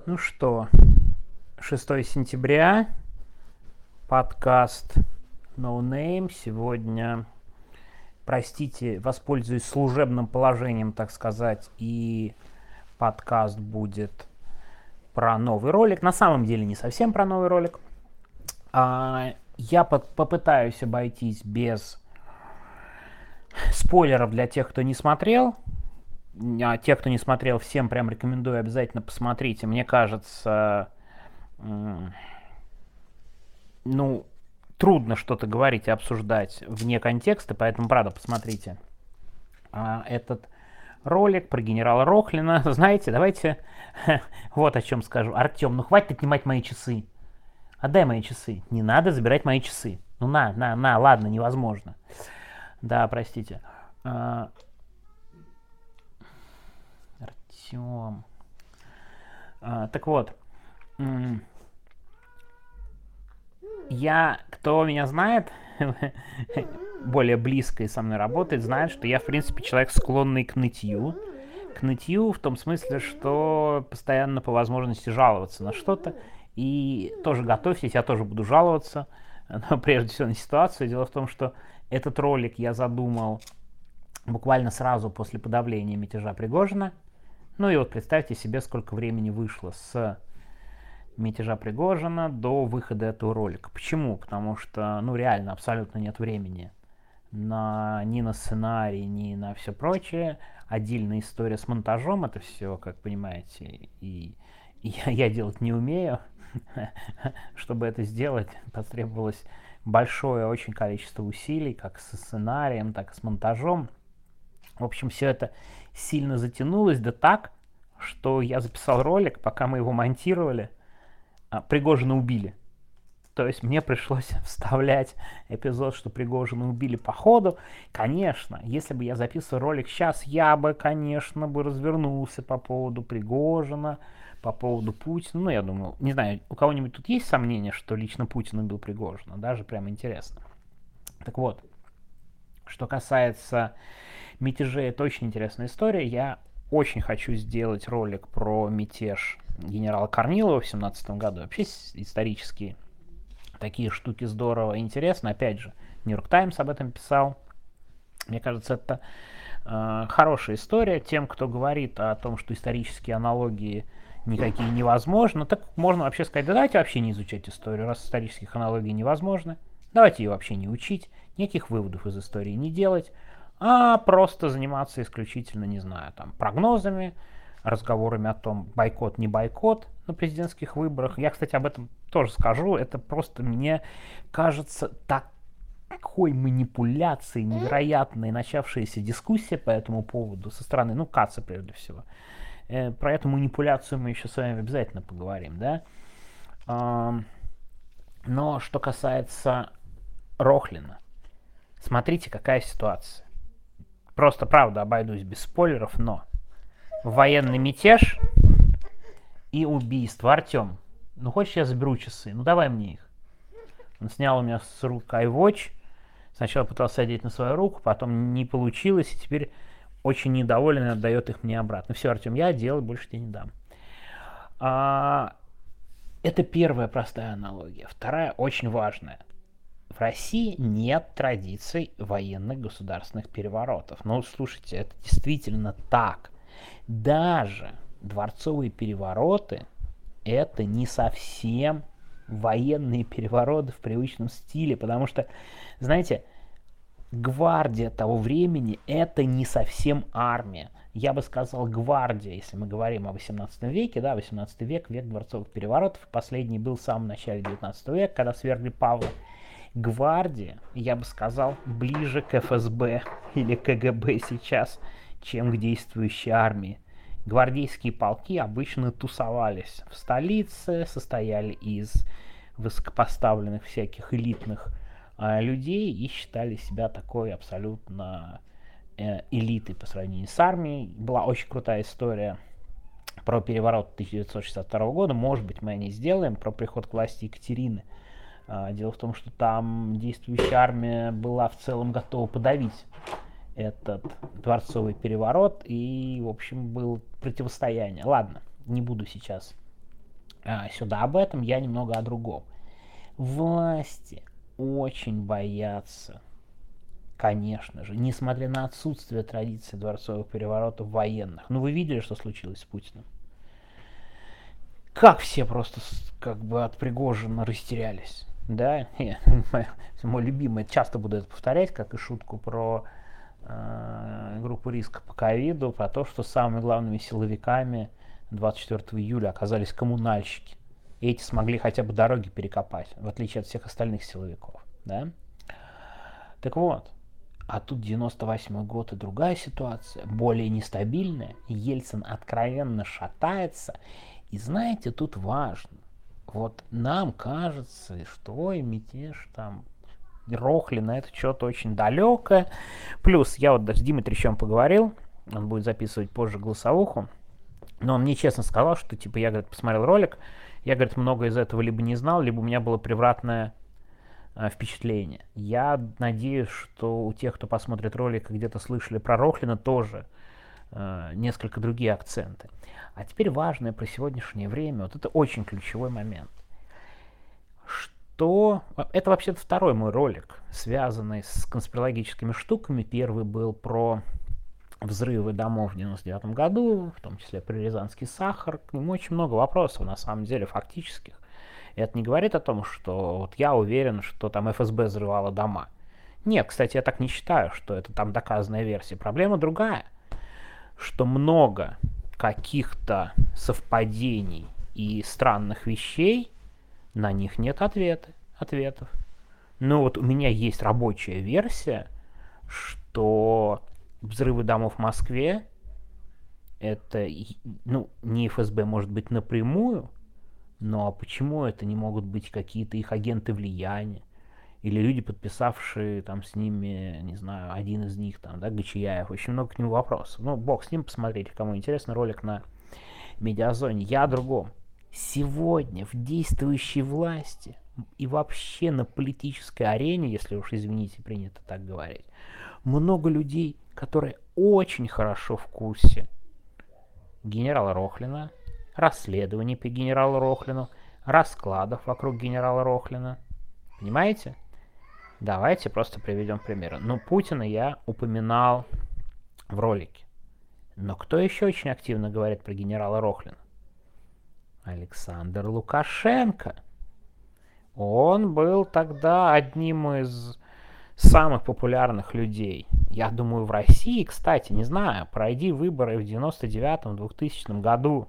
Ну что, 6 сентября, подкаст No Name. Сегодня, простите, воспользуюсь служебным положением, так сказать, и подкаст будет про новый ролик. На самом деле не совсем про новый ролик. Я попытаюсь обойтись без спойлеров для тех, кто не смотрел. А те, кто не смотрел, всем прям рекомендую, обязательно посмотрите. Мне кажется, трудно что-то говорить и обсуждать вне контекста, поэтому, правда, посмотрите этот ролик про генерала Рохлина. Знаете, давайте вот о чем скажу. Артем, ну хватит отнимать мои часы. Отдай мои часы. Не надо забирать мои часы. Ну на, ладно, невозможно. Да, простите. Артем. Так вот. Кто меня знает, более близко и со мной работает, знает, что я, в принципе, человек, склонный к нытью. К нытью в том смысле, что постоянно по возможности жаловаться на что-то. И тоже готовьтесь, я тоже буду жаловаться, но прежде всего на ситуацию. Дело в том, что этот ролик я задумал буквально сразу после подавления мятежа Пригожина. Ну и вот представьте себе, сколько времени вышло с мятежа Пригожина до выхода этого ролика. Почему? Потому что, реально абсолютно нет времени ни на сценарий, ни на все прочее. Отдельная история с монтажом, это все, как понимаете, и я делать не умею. Чтобы это сделать, потребовалось большое очень количество усилий, как со сценарием, так и с монтажом. В общем, все это сильно затянулось, да так, что я записал ролик, пока мы его монтировали, Пригожина убили. То есть мне пришлось вставлять эпизод, что Пригожина убили по ходу. Конечно, если бы я записывал ролик сейчас, я бы, конечно, развернулся по поводу Пригожина, по поводу Путина. Я думаю, не знаю, у кого-нибудь тут есть сомнения, что лично Путин убил Пригожина? Даже прям интересно. Так вот, что касается мятежей, это очень интересная история. Я очень хочу сделать ролик про мятеж генерала Корнилова в 2017 году. Вообще исторические такие штуки здорово и интересно. Опять же, Нью-Йорк Таймс об этом писал. Мне кажется, это хорошая история. Тем, кто говорит о том, что исторические аналогии никакие невозможны, так можно вообще сказать, да давайте вообще не изучать историю, раз исторических аналогий невозможны. Давайте ее вообще не учить, никаких выводов из истории не делать, а просто заниматься исключительно, не знаю, там, прогнозами, разговорами о том, бойкот, не бойкот на президентских выборах. Я, кстати, об этом тоже скажу. Это просто мне кажется такой манипуляцией невероятной начавшаяся дискуссия по этому поводу со стороны, Каца прежде всего. Про эту манипуляцию мы еще с вами обязательно поговорим, да? Но что касается Рохлина, смотрите, какая ситуация. Просто, правда, обойдусь без спойлеров, но военный мятеж и убийство. Артем, хочешь, я заберу часы? Давай мне их. Он снял у меня с рук iWatch. Сначала пытался одеть на свою руку, потом не получилось, и теперь очень недоволен и отдает их мне обратно. Все, Артем, я одел, больше тебе не дам. Это первая простая аналогия. Вторая очень важная. В России нет традиций военных государственных переворотов. Слушайте, это действительно так. Даже дворцовые перевороты — это не совсем военные перевороты в привычном стиле, потому что, знаете, гвардия того времени — это не совсем армия. Я бы сказал, гвардия, если мы говорим о 18 веке, да, 18 век, век дворцовых переворотов, последний был в самом начале 19 века, когда свергли Павла. Гвардия, я бы сказал, ближе к ФСБ или КГБ сейчас, чем к действующей армии. Гвардейские полки обычно тусовались в столице, состояли из высокопоставленных всяких элитных людей и считали себя такой абсолютно элитой по сравнению с армией. Была очень крутая история про переворот 1962 года. Может быть, мы о ней сделаем, про приход к власти Екатерины. Дело в том, что там действующая армия была в целом готова подавить этот дворцовый переворот, и, в общем, было противостояние. Ладно, не буду сейчас сюда об этом, я немного о другом. Власти очень боятся, конечно же, несмотря на отсутствие традиции дворцовых переворотов военных. Ну, вы видели, что случилось с Путиным? Как все просто как бы от Пригожина растерялись. Да, мой любимый, часто буду это повторять, как и шутку про группу риска по ковиду, про то, что самыми главными силовиками 24 июля оказались коммунальщики. И эти смогли хотя бы дороги перекопать, в отличие от всех остальных силовиков. Да? Так вот, а тут 98 год и другая ситуация, более нестабильная. Ельцин откровенно шатается. И знаете, тут важно. Вот нам кажется, что и мятеж там Рохлина, это что-то очень далекое. Плюс я вот с Димой Трещем поговорил, он будет записывать позже голосовуху, но он мне честно сказал, что типа я, говорит, посмотрел ролик, я, говорит, много из этого либо не знал, либо у меня было превратное впечатление. Я надеюсь, что у тех, кто посмотрит ролик и где-то слышали про Рохлина, тоже несколько другие акценты. А теперь важное про сегодняшнее время, вот это очень ключевой момент. Это вообще-то второй мой ролик, связанный с конспирологическими штуками. Первый был про взрывы домов в 99 году, в том числе про Рязанский сахар. К нему очень много вопросов, на самом деле, фактических. И это не говорит о том, что вот я уверен, что там ФСБ взрывало дома. Нет, кстати, я так не считаю, что это там доказанная версия. Проблема другая, что много каких-то совпадений и странных вещей, на них нет ответов. Но вот у меня есть рабочая версия, что взрывы домов в Москве это, ну, не ФСБ может быть напрямую, но почему это не могут быть какие-то их агенты влияния? Или люди, подписавшие там с ними, не знаю, один из них, там, да, Гачияев, очень много к нему вопросов. Ну, бог с ним, посмотрите, кому интересно, ролик на Медиазоне. Я о другом. Сегодня в действующей власти и вообще на политической арене, если уж, извините, принято так говорить, много людей, которые очень хорошо в курсе генерала Рохлина, расследований по генералу Рохлину, раскладов вокруг генерала Рохлина. Понимаете? Давайте просто приведем примеры. Ну, Путина я упоминал в ролике. Но кто еще очень активно говорит про генерала Рохлина? Александр Лукашенко. Он был тогда одним из самых популярных людей. Я думаю, в России, кстати, не знаю, пройди выборы в 99-2000 году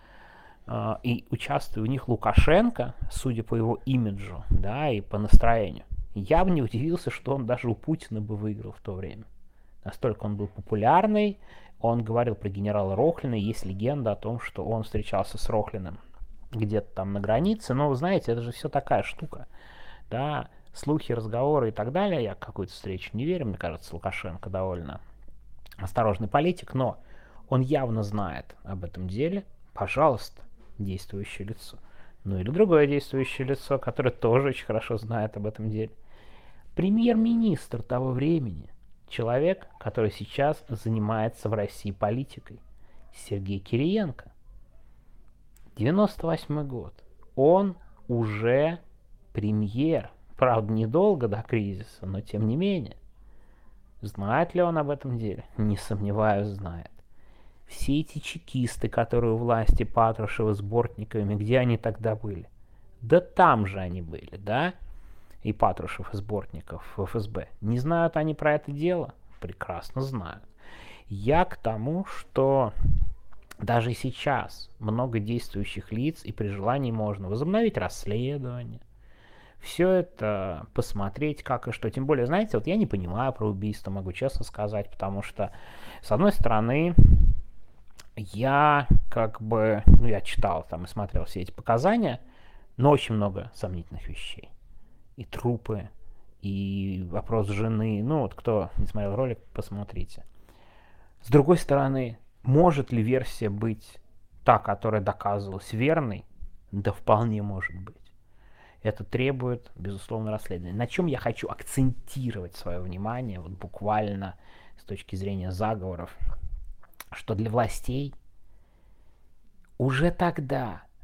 и участвуя в них Лукашенко, судя по его имиджу, да, и по настроению, я бы не удивился, что он даже у Путина бы выиграл в то время. Настолько он был популярный, он говорил про генерала Рохлина, есть легенда о том, что он встречался с Рохлиным где-то там на границе, но, вы знаете, это же все такая штука, да, слухи, разговоры и так далее. Я какую-то встречу не верю, мне кажется, Лукашенко довольно осторожный политик, но он явно знает об этом деле. Пожалуйста, действующее лицо. Ну или другое действующее лицо, которое тоже очень хорошо знает об этом деле. Премьер-министр того времени, человек, который сейчас занимается в России политикой, Сергей Кириенко. 98 год. Он уже премьер. Правда, недолго до кризиса, но тем не менее. Знает ли он об этом деле? Не сомневаюсь, знает. Все эти чекисты, которые у власти, Патрушева с Бортниковыми, где они тогда были? Да там же они были, да? И Патрушев, и Бортников в ФСБ. Не знают они про это дело? Прекрасно знают. Я к тому, что даже сейчас много действующих лиц, и при желании можно возобновить расследование, все это посмотреть, как и что. Тем более, знаете, вот я не понимаю про убийство, могу честно сказать, потому что, с одной стороны, я как бы, ну, я читал там и смотрел все эти показания, но очень много сомнительных вещей. И трупы, и вопрос жены. Ну, вот кто не смотрел ролик, посмотрите. С другой стороны, может ли версия быть та, которая доказывалась верной? Да вполне может быть. Это требует, безусловно, расследования. На чем я хочу акцентировать свое внимание, вот буквально с точки зрения заговоров, что для властей уже тогда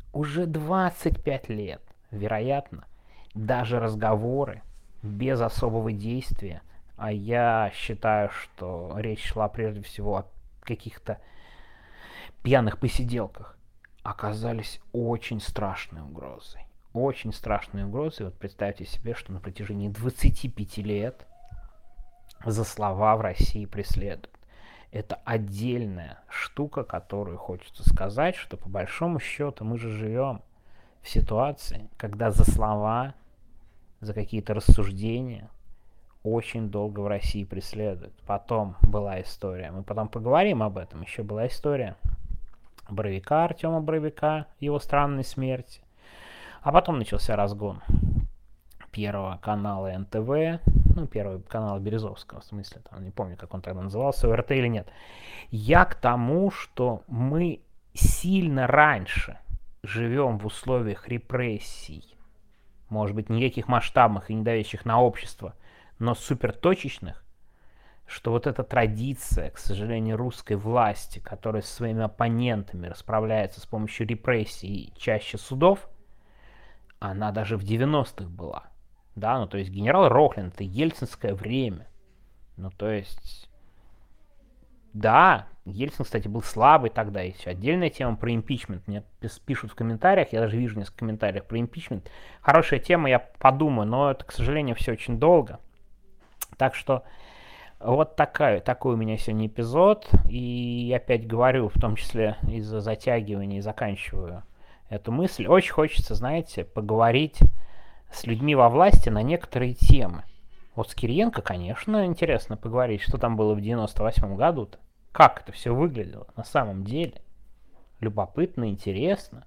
Уже 25 лет, вероятно, даже разговоры без особого действия, а я считаю, что речь шла прежде всего о каких-то пьяных посиделках, оказались очень страшной угрозой. Очень страшной угрозой. Вот представьте себе, что на протяжении 25 лет за слова в России преследуют. Это отдельная штука, которую хочется сказать, что по большому счету мы же живем в ситуации, когда за слова, за какие-то рассуждения очень долго в России преследуют. Потом была история, мы потом поговорим об этом, еще была история Боровика, Артема Боровика, его странной смерти. А потом начался разгон Первого канала НТВ, ну, Первого канала Березовского, в смысле, там, не помню, как он тогда назывался, ОРТ или нет. Я к тому, что мы сильно раньше живем в условиях репрессий, может быть, никаких масштабных и не давящих на общество, но суперточечных, что вот эта традиция, к сожалению, русской власти, которая со своими оппонентами расправляется с помощью репрессий и чаще судов, она даже в 90-х была. Да, ну то есть генерал Рохлин — это ельцинское время. Ну то есть, да, Ельцин, кстати, был слабый тогда. Есть отдельная тема про импичмент. Мне пишут в комментариях, я даже вижу несколько комментариев про импичмент. Хорошая тема, я подумаю, но это, к сожалению, все очень долго. Так что вот такой у меня сегодня эпизод. И опять говорю, в том числе из-за затягивания, и заканчиваю эту мысль. Очень хочется, знаете, поговорить с людьми во власти на некоторые темы. Вот с Кириенко, конечно, интересно поговорить, что там было в 98 году-то. Как это все выглядело на самом деле. Любопытно, интересно.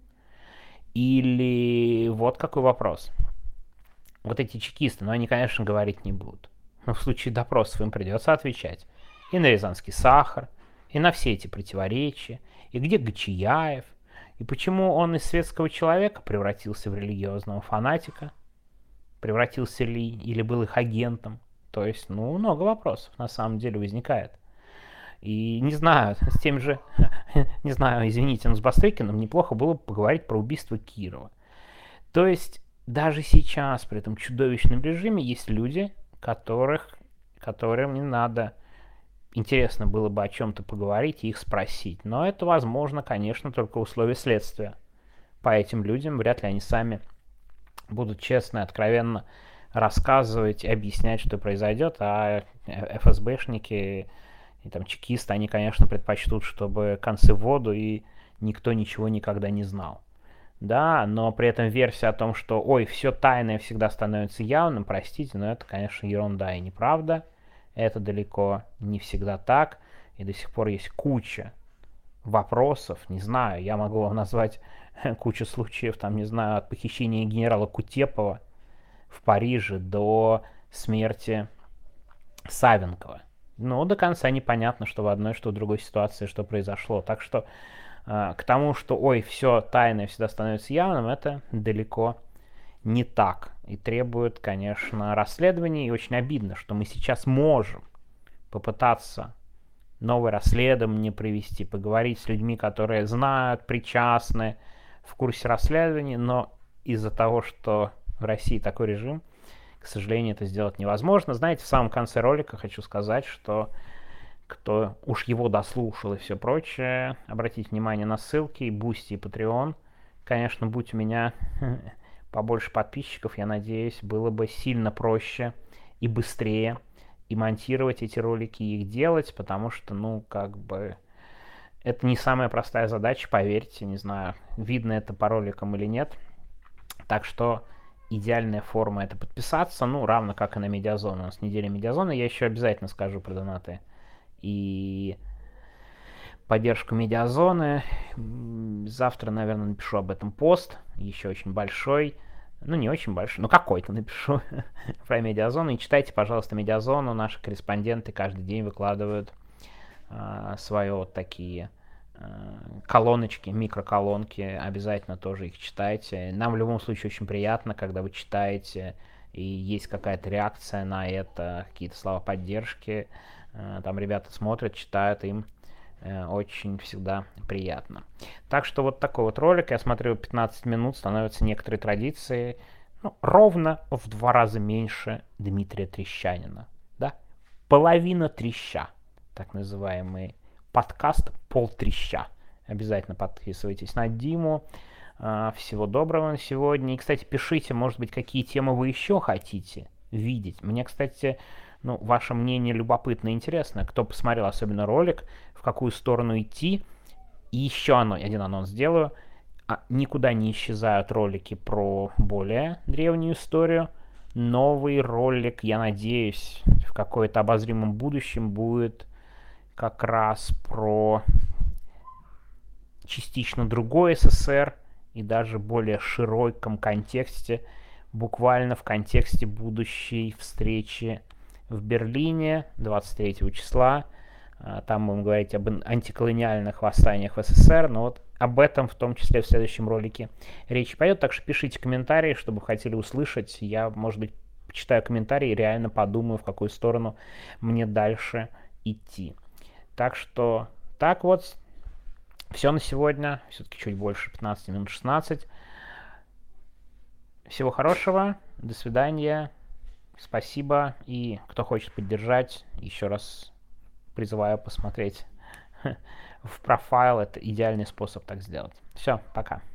Или вот какой вопрос. Вот эти чекисты, ну они, конечно, говорить не будут. Но в случае допросов им придется отвечать. И на рязанский сахар, и на все эти противоречия, и где Гочияев, и почему он из светского человека превратился в религиозного фанатика, превратился ли или был их агентом. То есть, ну, много вопросов на самом деле возникает. И не знаю, с тем же, не знаю, извините, но с Бастрыкиным неплохо было бы поговорить про убийство Кирова. То есть, даже сейчас, при этом чудовищном режиме, есть люди, которым не надо, интересно было бы о чем-то поговорить и их спросить. Но это возможно, конечно, только в условиях следствия. По этим людям вряд ли они сами будут честно и откровенно рассказывать и объяснять, что произойдет, а ФСБшники и там чекисты, они, конечно, предпочтут, чтобы концы в воду и никто ничего никогда не знал. Да, но при этом версия о том, что ой, все тайное всегда становится явным, простите, но это, конечно, ерунда и неправда. Это далеко не всегда так. И до сих пор есть куча вопросов, не знаю, я могу вам назвать кучу случаев, там, не знаю, от похищения генерала Кутепова в Париже до смерти Савенкова. Но до конца непонятно, что в одной, что в другой ситуации, что произошло. Так что к тому, что ой, все тайное всегда становится явным, это далеко не так. И требует, конечно, расследований. И очень обидно, что мы сейчас можем попытаться новое расследование провести, поговорить с людьми, которые знают, причастны, в курсе расследований, но из-за того, что в России такой режим, к сожалению, это сделать невозможно. Знаете, в самом конце ролика хочу сказать, что кто уж его дослушал и все прочее, обратите внимание на ссылки, и Boosty, и Patreon. Конечно, будь у меня побольше подписчиков, я надеюсь, было бы сильно проще и быстрее и монтировать эти ролики, и их делать, потому что, ну, как бы, это не самая простая задача, поверьте, не знаю, видно это по роликам или нет. Так что идеальная форма — это подписаться, ну, равно как и на Медиазону. У нас неделя Медиазона, я еще обязательно скажу про донаты и поддержку Медиазоны. Завтра, наверное, напишу об этом пост, еще очень большой. Ну, не очень большой, но какой-то напишу про Медиазону. И читайте, пожалуйста, Медиазону. Наши корреспонденты каждый день выкладывают свои вот такие колоночки, микроколонки. Обязательно тоже их читайте. Нам в любом случае очень приятно, когда вы читаете, и есть какая-то реакция на это, какие-то слова поддержки. Там ребята смотрят, читают, им Очень всегда приятно. Так что вот такой вот ролик, я смотрю, 15 минут становится некоторой традицией. Ну, ровно в 2 раза меньше Дмитрия Трещанина. Да? Половина треща. Так называемый подкаст «Полтреща». Обязательно подписывайтесь на Диму. Всего доброго на сегодня. И, кстати, пишите, может быть, какие темы вы еще хотите видеть. Мне, кстати, ваше мнение любопытно и интересно. Кто посмотрел особенно ролик, в какую сторону идти. И еще один анонс сделаю. Никуда не исчезают ролики про более древнюю историю. Новый ролик, я надеюсь, в какое-то обозримом будущем будет как раз про частично другой СССР и даже более широком контексте, буквально в контексте будущей встречи в Берлине 23 числа. Там будем говорить об антиколониальных восстаниях в СССР, но вот об этом в том числе в следующем ролике речь пойдет. Так что пишите комментарии, чтобы вы хотели услышать. Я, может быть, почитаю комментарии и реально подумаю, в какую сторону мне дальше идти. Так что так вот, все на сегодня. Все-таки чуть больше 15 минут 16. Всего хорошего, до свидания, спасибо. И кто хочет поддержать, еще раз призываю посмотреть в профайл. Это идеальный способ так сделать. Все, пока.